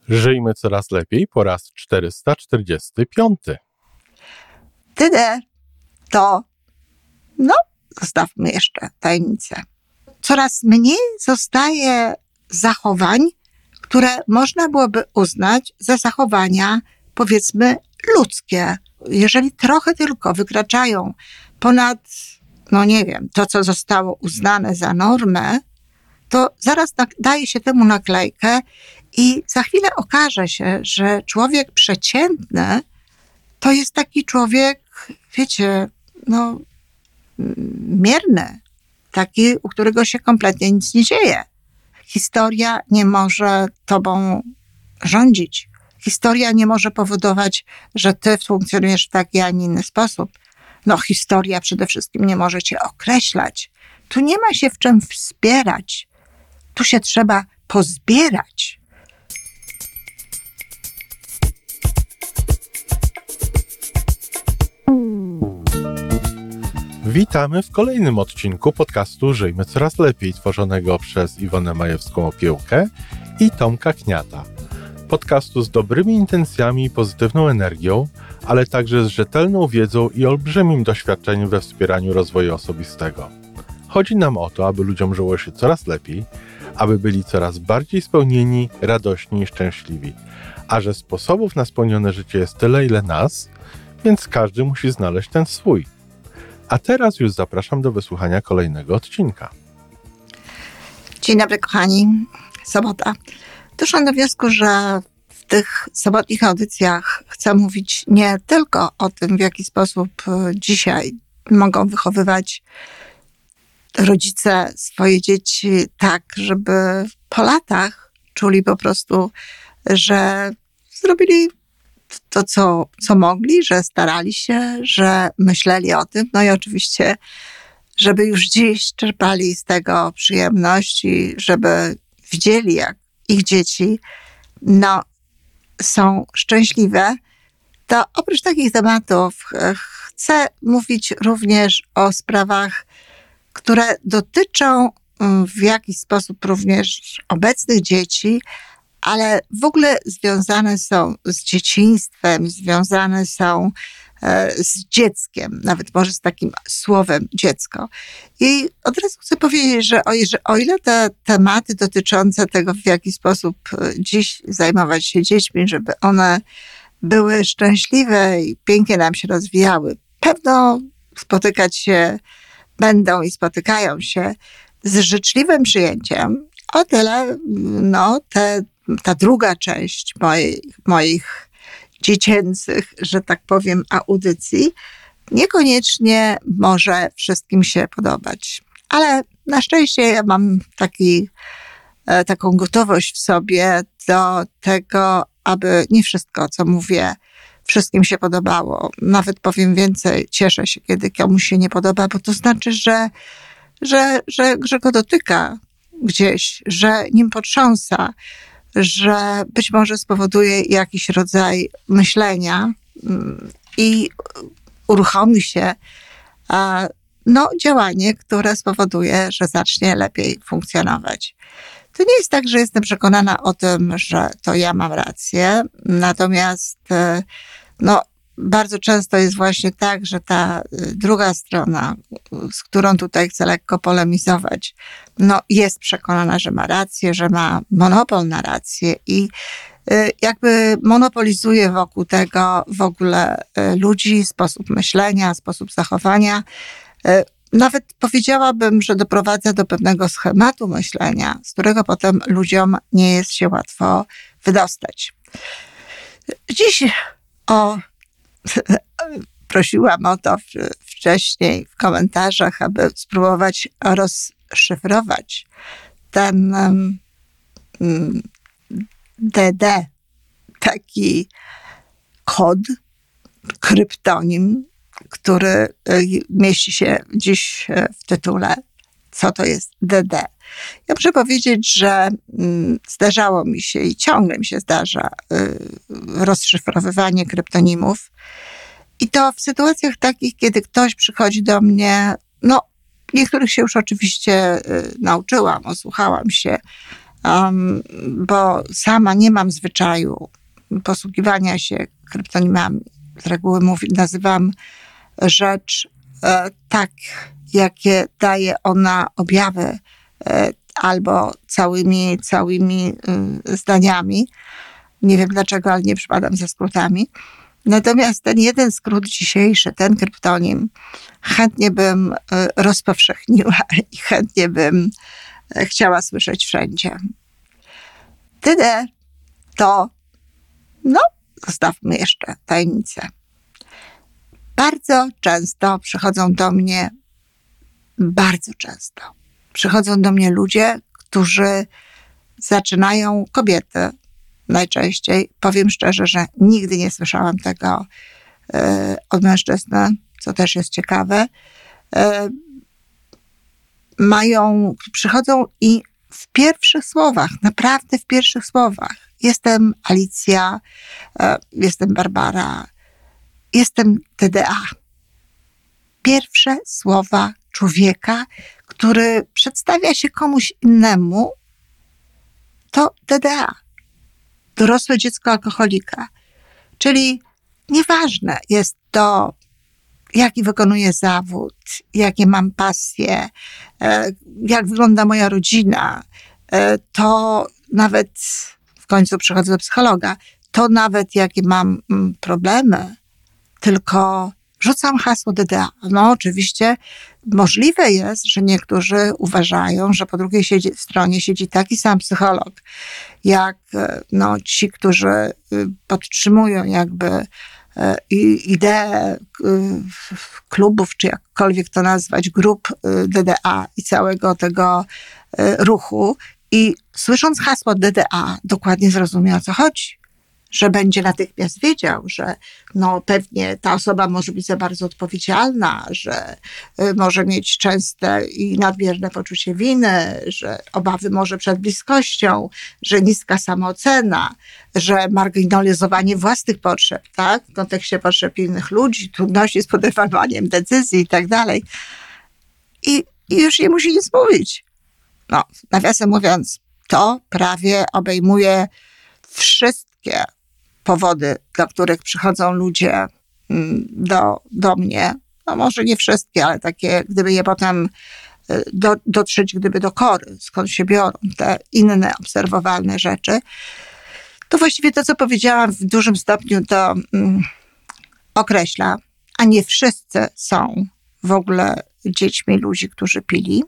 Żyjmy coraz lepiej po raz 445. Tyle to, zostawmy jeszcze tajemnicę. Coraz mniej zostaje zachowań, które można byłoby uznać za zachowania, powiedzmy, ludzkie. Jeżeli trochę tylko wykraczają ponad, to, co zostało uznane za normę, to zaraz daje się temu naklejkę i za chwilę okaże się, że człowiek przeciętny to jest taki człowiek, mierny, taki, u którego się kompletnie nic nie dzieje. Historia nie może tobą rządzić. Historia nie może powodować, że ty funkcjonujesz w taki, a nie inny sposób. Historia przede wszystkim nie może cię określać. Tu nie ma się w czym wspierać. Tu się trzeba pozbierać. Witamy w kolejnym odcinku podcastu Żyjmy Coraz Lepiej, tworzonego przez Iwonę Majewską-Opiełkę i Tomka Kniata. Podcastu z dobrymi intencjami i pozytywną energią, ale także z rzetelną wiedzą i olbrzymim doświadczeniem we wspieraniu rozwoju osobistego. Chodzi nam o to, aby ludziom żyło się coraz lepiej, aby byli coraz bardziej spełnieni, radośni i szczęśliwi. A że sposobów na spełnione życie jest tyle, ile nas, więc każdy musi znaleźć ten swój. A teraz już zapraszam do wysłuchania kolejnego odcinka. Dzień dobry, kochani. Sobota. Doszłam do wniosku, że w tych sobotnich audycjach chcę mówić nie tylko o tym, w jaki sposób dzisiaj mogą wychowywać rodzice swoje dzieci tak, żeby po latach czuli po prostu, że zrobili to, co mogli, że starali się, że myśleli o tym. I oczywiście, żeby już dziś czerpali z tego przyjemność i żeby widzieli, jak ich dzieci są szczęśliwe, to oprócz takich tematów chcę mówić również o sprawach, które dotyczą w jakiś sposób również obecnych dzieci, ale w ogóle związane są z dzieciństwem, związane są z dzieckiem, nawet może z takim słowem dziecko. I od razu chcę powiedzieć, że o ile te tematy dotyczące tego, w jaki sposób dziś zajmować się dziećmi, żeby one były szczęśliwe i pięknie nam się rozwijały, pewno spotykać się będą i spotykają się z życzliwym przyjęciem, o tyle ta druga część moich dziecięcych, że tak powiem, audycji niekoniecznie może wszystkim się podobać. Ale na szczęście ja mam taką gotowość w sobie do tego, aby nie wszystko, co mówię, wszystkim się podobało. Nawet powiem więcej, cieszę się, kiedy komuś się nie podoba, bo to znaczy, że go dotyka gdzieś, że nim potrząsa, że być może spowoduje jakiś rodzaj myślenia i uruchomi się działanie, które spowoduje, że zacznie lepiej funkcjonować. To nie jest tak, że jestem przekonana o tym, że to ja mam rację, natomiast bardzo często jest właśnie tak, że ta druga strona, z którą tutaj chcę lekko polemizować, jest przekonana, że ma rację, że ma monopol na rację i jakby monopolizuje wokół tego w ogóle ludzi, sposób myślenia, sposób zachowania. Nawet powiedziałabym, że doprowadza do pewnego schematu myślenia, z którego potem ludziom nie jest się łatwo wydostać. Dziś prosiłam o to wcześniej w komentarzach, aby spróbować rozszyfrować ten DD, taki kod, kryptonim, który mieści się dziś w tytule. Co to jest DD? Ja muszę powiedzieć, że zdarzało mi się i ciągle mi się zdarza rozszyfrowywanie kryptonimów. I to w sytuacjach takich, kiedy ktoś przychodzi do mnie, niektórych się już oczywiście nauczyłam, osłuchałam się bo sama nie mam zwyczaju posługiwania się kryptonimami. Z reguły nazywam rzecz tak, jakie daje ona objawy, albo całymi zdaniami. Nie wiem dlaczego, ale nie przypadam ze skrótami. Natomiast ten jeden skrót dzisiejszy, ten kryptonim, chętnie bym rozpowszechniła i chętnie bym chciała słyszeć wszędzie. TD to, zostawmy jeszcze tajemnicę. Bardzo często przychodzą do mnie ludzie, którzy zaczynają, kobiety najczęściej, powiem szczerze, że nigdy nie słyszałam tego od mężczyzny, co też jest ciekawe, przychodzą i w pierwszych słowach, naprawdę w pierwszych słowach, jestem Alicja, jestem Barbara, jestem TDA. Pierwsze słowa człowieka, który przedstawia się komuś innemu, to TDA. Dorosłe dziecko alkoholika. Czyli nieważne jest to, jaki wykonuję zawód, jakie mam pasje, jak wygląda moja rodzina, to nawet, w końcu przychodzę do psychologa, to nawet jakie mam problemy, tylko rzucam hasło DDA. Oczywiście możliwe jest, że niektórzy uważają, że po drugiej stronie siedzi taki sam psycholog, jak ci, którzy podtrzymują jakby ideę klubów, czy jakkolwiek to nazwać, grup DDA i całego tego ruchu i słysząc hasło DDA dokładnie zrozumie, o co chodzi. Że będzie natychmiast wiedział, że pewnie ta osoba może być za bardzo odpowiedzialna, że może mieć częste i nadmierne poczucie winy, że obawy może przed bliskością, że niska samoocena, że marginalizowanie własnych potrzeb, tak? W kontekście potrzeb innych ludzi, trudności z podejmowaniem decyzji i tak dalej. I już nie musi nic mówić. Nawiasem mówiąc, to prawie obejmuje wszystkie powody, dla których przychodzą ludzie do mnie. Może nie wszystkie, ale takie, gdyby je potem dotrzeć, gdyby do kory, skąd się biorą te inne obserwowalne rzeczy, to właściwie to, co powiedziałam, w dużym stopniu to określa, a nie wszyscy są w ogóle dziećmi ludzi, którzy pili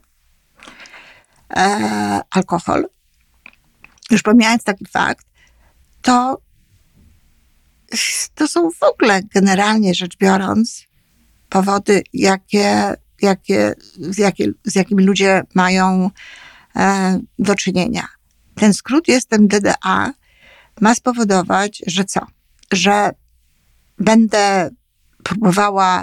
alkohol. Już pomijając taki fakt, to są w ogóle generalnie rzecz biorąc powody, z jakimi ludzie mają do czynienia. Ten skrót jestem DDA ma spowodować, że co? Że będę próbowała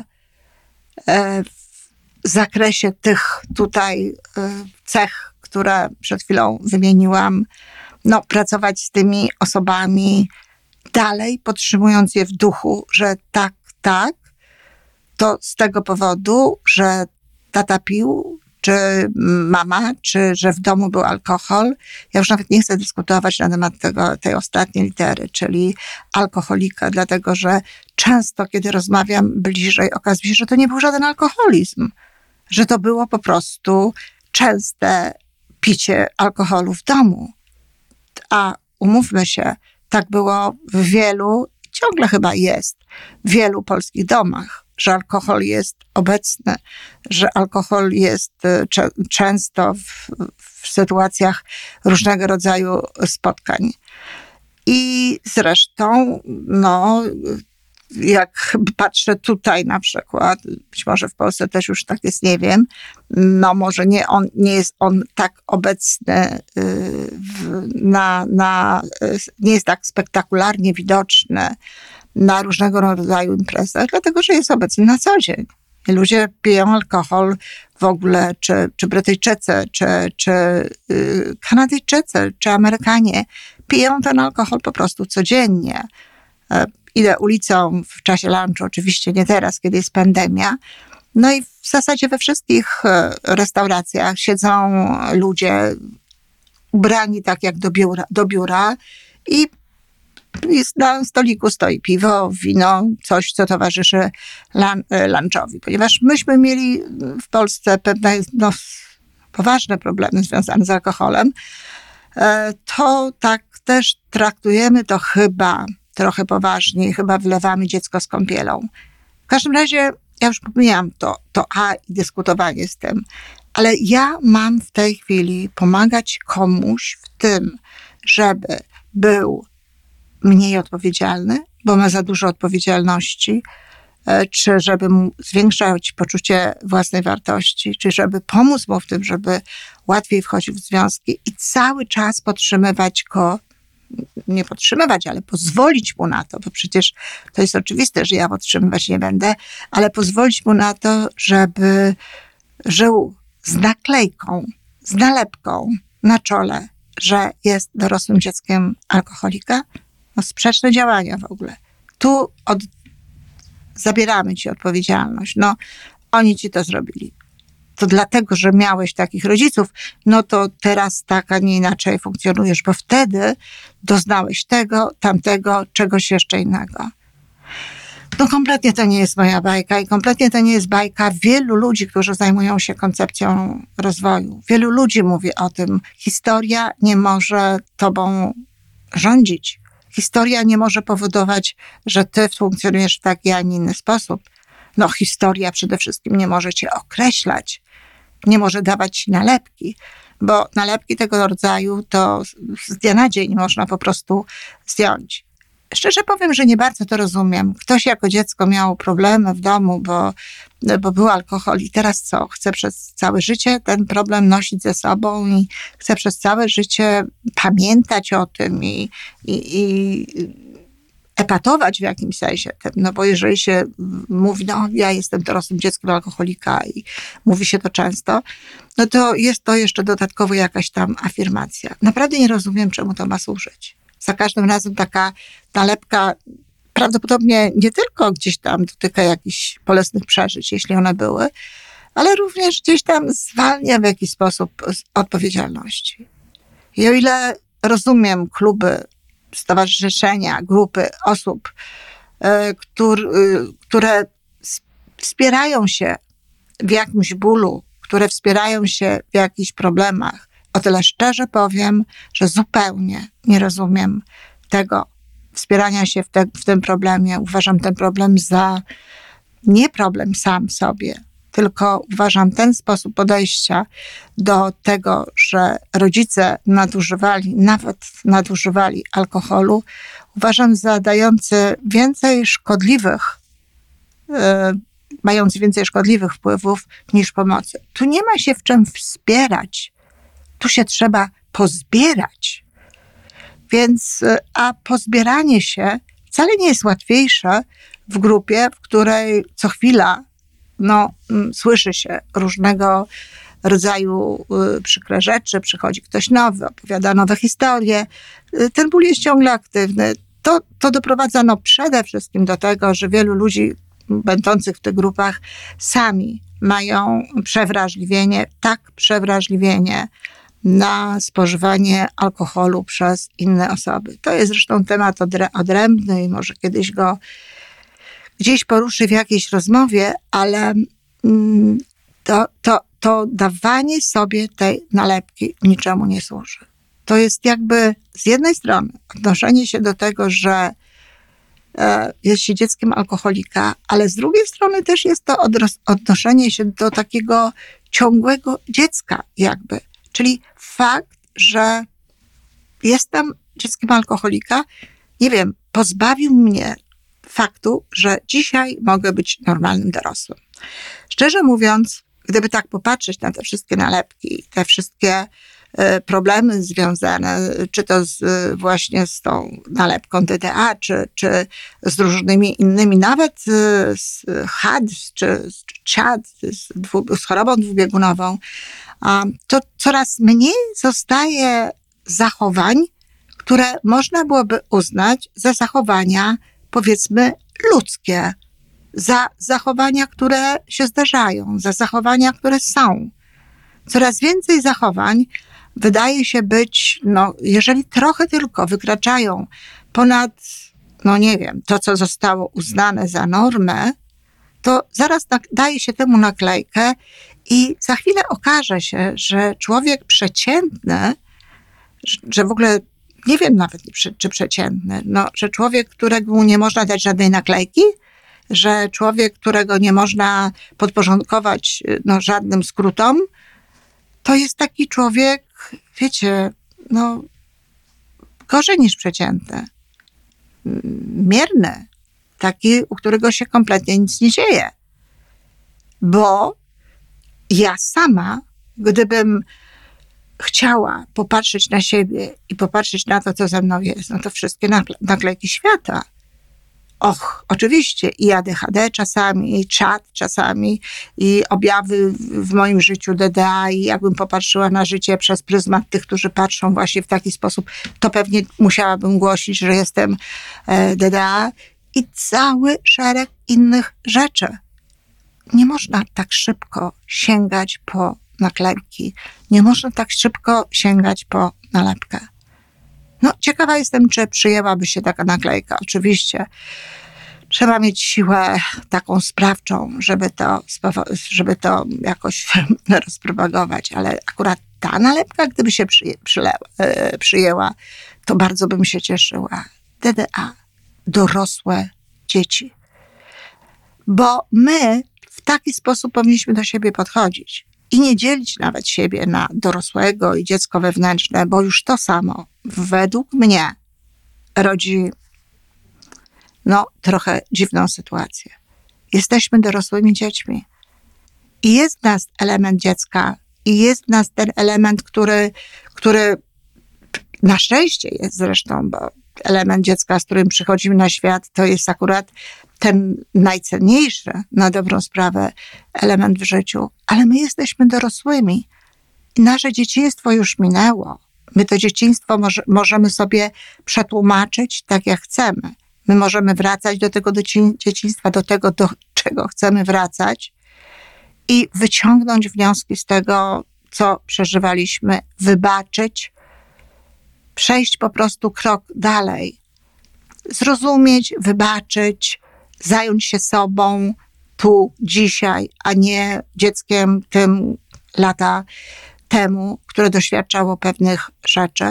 w zakresie tych tutaj cech, które przed chwilą wymieniłam, pracować z tymi osobami dalej, podtrzymując je w duchu, że tak, to z tego powodu, że tata pił, czy mama, czy że w domu był alkohol. Ja już nawet nie chcę dyskutować na temat tej ostatniej litery, czyli alkoholika, dlatego że często, kiedy rozmawiam bliżej, okazuje się, że to nie był żaden alkoholizm, że to było po prostu częste picie alkoholu w domu. A umówmy się, tak było w wielu, ciągle chyba jest, w wielu polskich domach, że alkohol jest obecny, że alkohol jest często w sytuacjach różnego rodzaju spotkań. I zresztą, jak patrzę tutaj na przykład, być może w Polsce też już tak jest, nie wiem, może nie jest on tak obecny, nie jest tak spektakularnie widoczny na różnego rodzaju imprezach, dlatego że jest obecny na co dzień. I ludzie piją alkohol w ogóle, czy Brytyjczycy, czy Kanadyjczycy, czy Amerykanie, piją ten alkohol po prostu codziennie. Idę ulicą w czasie lunchu, oczywiście nie teraz, kiedy jest pandemia. I w zasadzie we wszystkich restauracjach siedzą ludzie ubrani tak jak do biura i na stoliku stoi piwo, wino, coś, co towarzyszy lunchowi. Ponieważ myśmy mieli w Polsce pewne poważne problemy związane z alkoholem, to tak też traktujemy to chyba trochę poważniej, chyba wylewamy dziecko z kąpielą. W każdym razie, ja już pomijam to i dyskutowanie z tym, ale ja mam w tej chwili pomagać komuś w tym, żeby był mniej odpowiedzialny, bo ma za dużo odpowiedzialności, czy żeby mu zwiększać poczucie własnej wartości, czy żeby pomóc mu w tym, żeby łatwiej wchodził w związki i cały czas podtrzymywać go, nie podtrzymywać, ale pozwolić mu na to, bo przecież to jest oczywiste, że ja podtrzymywać nie będę, ale pozwolić mu na to, żeby żył z naklejką, z nalepką na czole, że jest dorosłym dzieckiem alkoholika. Sprzeczne działania w ogóle. Tu zabieramy ci odpowiedzialność. Oni ci to zrobili. To dlatego, że miałeś takich rodziców, to teraz tak, a nie inaczej funkcjonujesz, bo wtedy doznałeś tego, tamtego, czegoś jeszcze innego. Kompletnie to nie jest moja bajka i kompletnie to nie jest bajka wielu ludzi, którzy zajmują się koncepcją rozwoju. Wielu ludzi mówi o tym. Historia nie może tobą rządzić. Historia nie może powodować, że ty funkcjonujesz w taki, a nie inny sposób. Historia przede wszystkim nie może cię określać, nie może dawać ci nalepki, bo nalepki tego rodzaju to z dnia na dzień można po prostu zdjąć. Szczerze powiem, że nie bardzo to rozumiem. Ktoś jako dziecko miał problemy w domu, bo był alkohol i teraz co? Chce przez całe życie ten problem nosić ze sobą i chce przez całe życie pamiętać o tym i epatować w jakimś sensie tym. Bo jeżeli się mówi, ja jestem dorosłym dzieckiem alkoholika i mówi się to często, to jest to jeszcze dodatkowo jakaś tam afirmacja. Naprawdę nie rozumiem, czemu to ma służyć. Za każdym razem taka nalepka prawdopodobnie nie tylko gdzieś tam dotyka jakichś bolesnych przeżyć, jeśli one były, ale również gdzieś tam zwalnia w jakiś sposób z odpowiedzialności. I o ile rozumiem kluby, stowarzyszenia, grupy osób, które wspierają się w jakimś bólu, które wspierają się w jakichś problemach, o tyle szczerze powiem, że zupełnie nie rozumiem tego wspierania się w tym problemie. Uważam ten problem za nie problem sam w sobie, tylko uważam ten sposób podejścia do tego, że rodzice nadużywali alkoholu, uważam za mający więcej szkodliwych wpływów niż pomocy. Tu nie ma się w czym wspierać. Tu się trzeba pozbierać. A pozbieranie się wcale nie jest łatwiejsze w grupie, w której co chwila słyszy się różnego rodzaju przykre rzeczy, przychodzi ktoś nowy, opowiada nowe historie. Ten ból jest ciągle aktywny. To doprowadza przede wszystkim do tego, że wielu ludzi będących w tych grupach sami mają przewrażliwienie na spożywanie alkoholu przez inne osoby. To jest zresztą temat odrębny i może kiedyś go gdzieś poruszy w jakiejś rozmowie, ale to dawanie sobie tej nalepki niczemu nie służy. To jest jakby z jednej strony odnoszenie się do tego, że jest się dzieckiem alkoholika, ale z drugiej strony też jest to odnoszenie się do takiego ciągłego dziecka jakby. Czyli fakt, że jestem dzieckiem alkoholika, pozbawił mnie faktu, że dzisiaj mogę być normalnym dorosłym. Szczerze mówiąc, gdyby tak popatrzeć na te wszystkie nalepki, te wszystkie problemy związane, czy to właśnie z tą nalepką DDA, czy z różnymi innymi, nawet z HAD, czy z CHAD, z chorobą dwubiegunową, to coraz mniej zostaje zachowań, które można byłoby uznać za zachowania, powiedzmy, ludzkie, za zachowania, które się zdarzają, za zachowania, które są. Coraz więcej zachowań wydaje się być, jeżeli trochę tylko wykraczają ponad, nie wiem, to, co zostało uznane za normę, to zaraz daje się temu naklejkę i za chwilę okaże się, że człowiek przeciętny, że w ogóle nie wiem nawet, czy przeciętny, że człowiek, którego nie można dać żadnej naklejki, że człowiek, którego nie można podporządkować żadnym skrótom, to jest taki człowiek, wiecie, gorzej niż przeciętny. Mierny. Taki, u którego się kompletnie nic nie dzieje. Bo ja sama, gdybym chciała popatrzeć na siebie i popatrzeć na to, co ze mną jest, to wszystkie naklejki świata. Oczywiście i ADHD czasami, i czat czasami, i objawy w moim życiu DDA, i jakbym popatrzyła na życie przez pryzmat tych, którzy patrzą właśnie w taki sposób, to pewnie musiałabym głosić, że jestem DDA i cały szereg innych rzeczy. Nie można tak szybko sięgać po naklejki. Nie można tak szybko sięgać po nalepkę. Ciekawa jestem, czy przyjęłaby się taka naklejka. Oczywiście trzeba mieć siłę taką sprawczą, żeby to jakoś rozpropagować, ale akurat ta nalepka, gdyby się przyjęła, to bardzo bym się cieszyła. DDA, dorosłe dzieci. Bo my w taki sposób powinniśmy do siebie podchodzić i nie dzielić nawet siebie na dorosłego i dziecko wewnętrzne, bo już to samo według mnie rodzi trochę dziwną sytuację. Jesteśmy dorosłymi dziećmi i jest w nas element dziecka i jest w nas ten element, który na szczęście jest zresztą, bo element dziecka, z którym przychodzimy na świat, to jest akurat ten najcenniejszy, na dobrą sprawę, element w życiu. Ale my jesteśmy dorosłymi i nasze dzieciństwo już minęło. My to dzieciństwo możemy sobie przetłumaczyć tak, jak chcemy. My możemy wracać do tego dzieciństwa, do tego, do czego chcemy wracać i wyciągnąć wnioski z tego, co przeżywaliśmy, wybaczyć, przejść po prostu krok dalej, zrozumieć, wybaczyć, zająć się sobą tu, dzisiaj, a nie dzieckiem tym lata temu, które doświadczało pewnych rzeczy.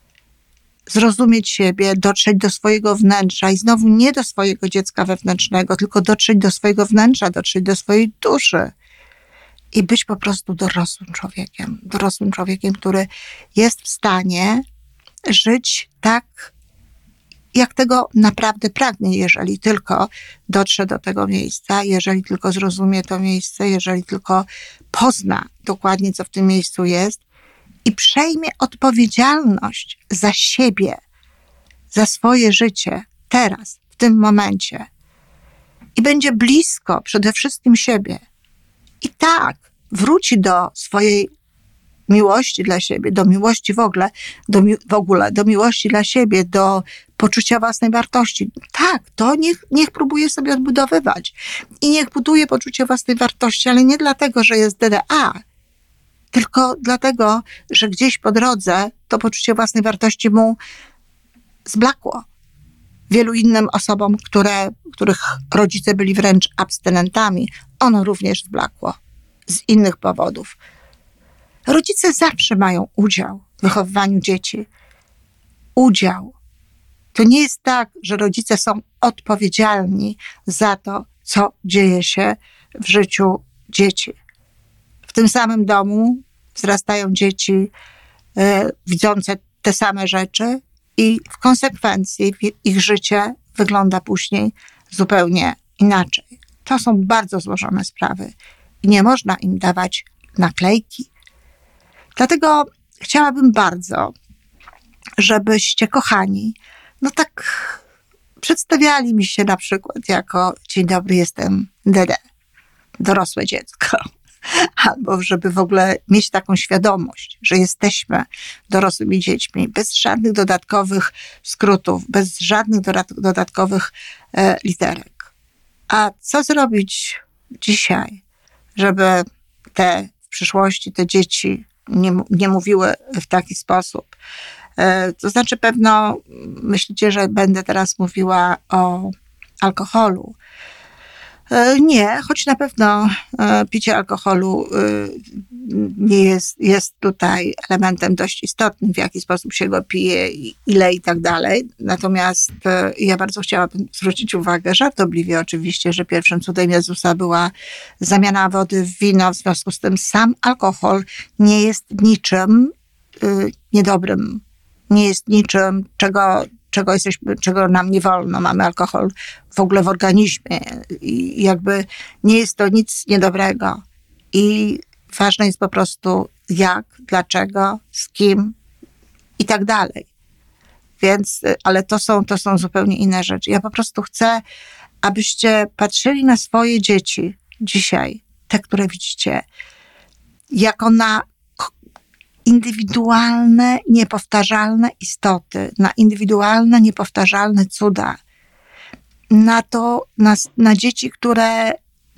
Zrozumieć siebie, dotrzeć do swojego wnętrza i znowu nie do swojego dziecka wewnętrznego, tylko dotrzeć do swojego wnętrza, dotrzeć do swojej duszy i być po prostu dorosłym człowiekiem, który jest w stanie żyć tak, jak tego naprawdę pragnie, jeżeli tylko dotrze do tego miejsca, jeżeli tylko zrozumie to miejsce, jeżeli tylko pozna dokładnie, co w tym miejscu jest i przejmie odpowiedzialność za siebie, za swoje życie, teraz, w tym momencie. I będzie blisko przede wszystkim siebie. I tak wróci do swojej miłości dla siebie, do miłości w ogóle, do miłości dla siebie, do poczucia własnej wartości. Tak, to niech próbuje sobie odbudowywać. I niech buduje poczucie własnej wartości, ale nie dlatego, że jest DDA, tylko dlatego, że gdzieś po drodze to poczucie własnej wartości mu zblakło. Wielu innym osobom, których rodzice byli wręcz abstynentami, ono również zblakło z innych powodów. Rodzice zawsze mają udział w wychowywaniu dzieci. Udział. To nie jest tak, że rodzice są odpowiedzialni za to, co dzieje się w życiu dzieci. W tym samym domu wzrastają dzieci widzące te same rzeczy i w konsekwencji ich życie wygląda później zupełnie inaczej. To są bardzo złożone sprawy i nie można im dawać naklejki. Dlatego chciałabym bardzo, żebyście, kochani, tak przedstawiali mi się na przykład jako dzień dobry, jestem Dede, dorosłe dziecko. Albo żeby w ogóle mieć taką świadomość, że jesteśmy dorosłymi dziećmi, bez żadnych dodatkowych skrótów, bez żadnych dodatkowych literek. A co zrobić dzisiaj, żeby w przyszłości te dzieci nie mówiły w taki sposób. To znaczy pewno myślicie, że będę teraz mówiła o alkoholu. Nie, choć na pewno picie alkoholu jest tutaj elementem dość istotnym, w jaki sposób się go pije, ile i tak dalej. Natomiast ja bardzo chciałabym zwrócić uwagę, żartobliwie oczywiście, że pierwszym cudem Jezusa była zamiana wody w wino, w związku z tym sam alkohol nie jest niczym niedobrym, nie jest niczym, czego nam nie wolno. Mamy alkohol w ogóle w organizmie i jakby nie jest to nic niedobrego. I ważne jest po prostu jak, dlaczego, z kim i tak dalej. Więc, ale to są zupełnie inne rzeczy. Ja po prostu chcę, abyście patrzyli na swoje dzieci dzisiaj, te, które widzicie, jako na indywidualne, niepowtarzalne istoty, na indywidualne, niepowtarzalne cuda, na dzieci, które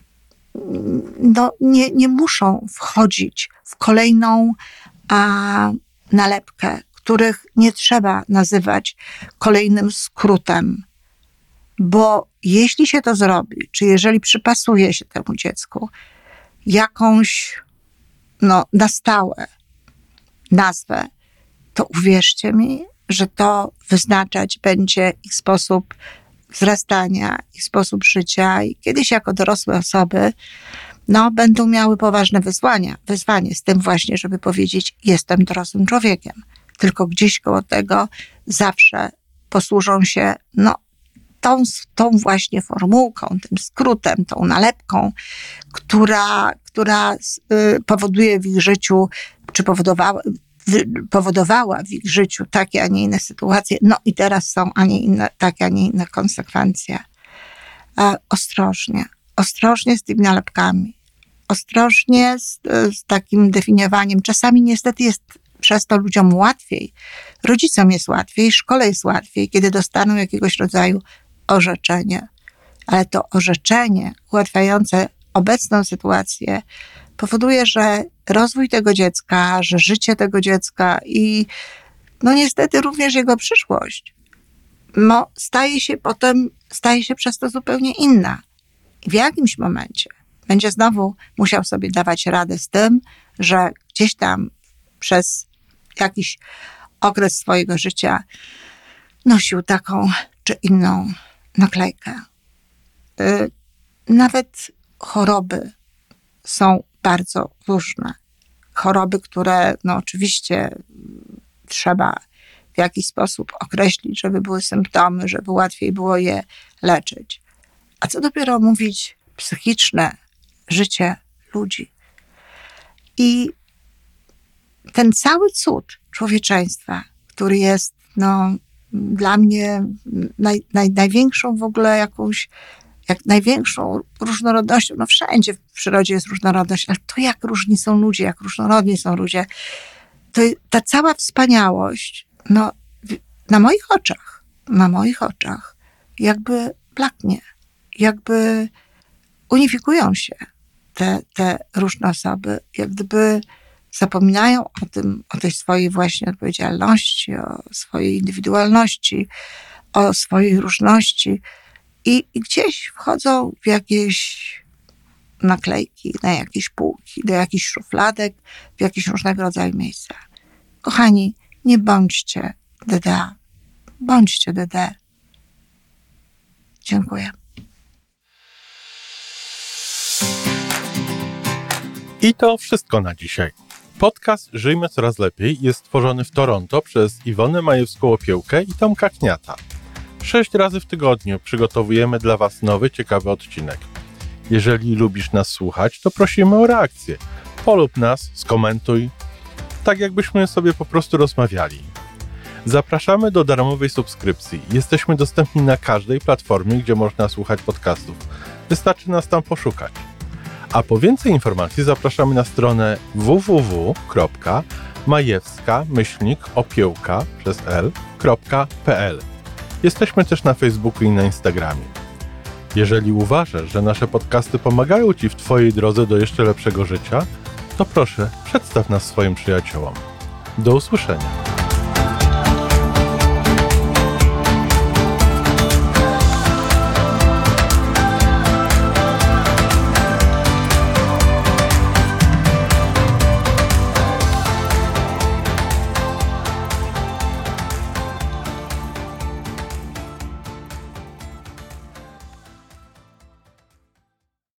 nie muszą wchodzić w kolejną nalepkę, których nie trzeba nazywać kolejnym skrótem, bo jeśli się to zrobi, czy jeżeli przypasuje się temu dziecku jakąś na stałe nazwę, to uwierzcie mi, że to wyznaczać będzie ich sposób wzrastania, ich sposób życia i kiedyś jako dorosłe osoby będą miały poważne wyzwanie z tym właśnie, żeby powiedzieć: jestem dorosłym człowiekiem. Tylko gdzieś koło tego zawsze posłużą się tą właśnie formułką, tym skrótem, tą nalepką, która powoduje w ich życiu, czy powodowała w ich życiu takie, a nie inne sytuacje. I teraz są takie, a nie inne konsekwencje. Ostrożnie z tymi nalepkami. Ostrożnie z takim definiowaniem. Czasami niestety jest przez to ludziom łatwiej. Rodzicom jest łatwiej, szkole jest łatwiej, kiedy dostaną jakiegoś rodzaju orzeczenie. Ale to orzeczenie ułatwiające obecną sytuację powoduje, że rozwój tego dziecka, że życie tego dziecka i niestety również jego przyszłość staje się przez to zupełnie inna. I w jakimś momencie będzie znowu musiał sobie dawać radę z tym, że gdzieś tam przez jakiś okres swojego życia nosił taką czy inną naklejkę. Nawet choroby są bardzo różne. Choroby, które oczywiście trzeba w jakiś sposób określić, żeby były symptomy, żeby łatwiej było je leczyć. A co dopiero mówić psychiczne życie ludzi. I ten cały cud człowieczeństwa, który jest dla mnie największą w ogóle największą różnorodnością. Wszędzie w przyrodzie jest różnorodność, ale to jak różni są ludzie, jak różnorodni są ludzie, to ta cała wspaniałość, na moich oczach jakby blaknie, jakby unifikują się te różne osoby, jak gdyby zapominają o tej swojej właśnie odpowiedzialności, o swojej indywidualności, o swojej różności i gdzieś wchodzą w jakieś naklejki, na jakieś półki, do jakichś szufladek, w jakieś różnego rodzaju miejsca. Kochani, nie bądźcie DDA. Bądźcie DD. Dziękuję. I to wszystko na dzisiaj. Podcast Żyjmy Coraz Lepiej jest stworzony w Toronto przez Iwonę Majewską-Opiełkę i Tomka Kniata. 6 razy w tygodniu przygotowujemy dla Was nowy, ciekawy odcinek. Jeżeli lubisz nas słuchać, to prosimy o reakcję. Polub nas, skomentuj, tak jakbyśmy sobie po prostu rozmawiali. Zapraszamy do darmowej subskrypcji. Jesteśmy dostępni na każdej platformie, gdzie można słuchać podcastów. Wystarczy nas tam poszukać. A po więcej informacji zapraszamy na stronę www.majewska-opiełka.pl. Jesteśmy też na Facebooku i na Instagramie. Jeżeli uważasz, że nasze podcasty pomagają Ci w Twojej drodze do jeszcze lepszego życia, to proszę, przedstaw nas swoim przyjaciołom. Do usłyszenia.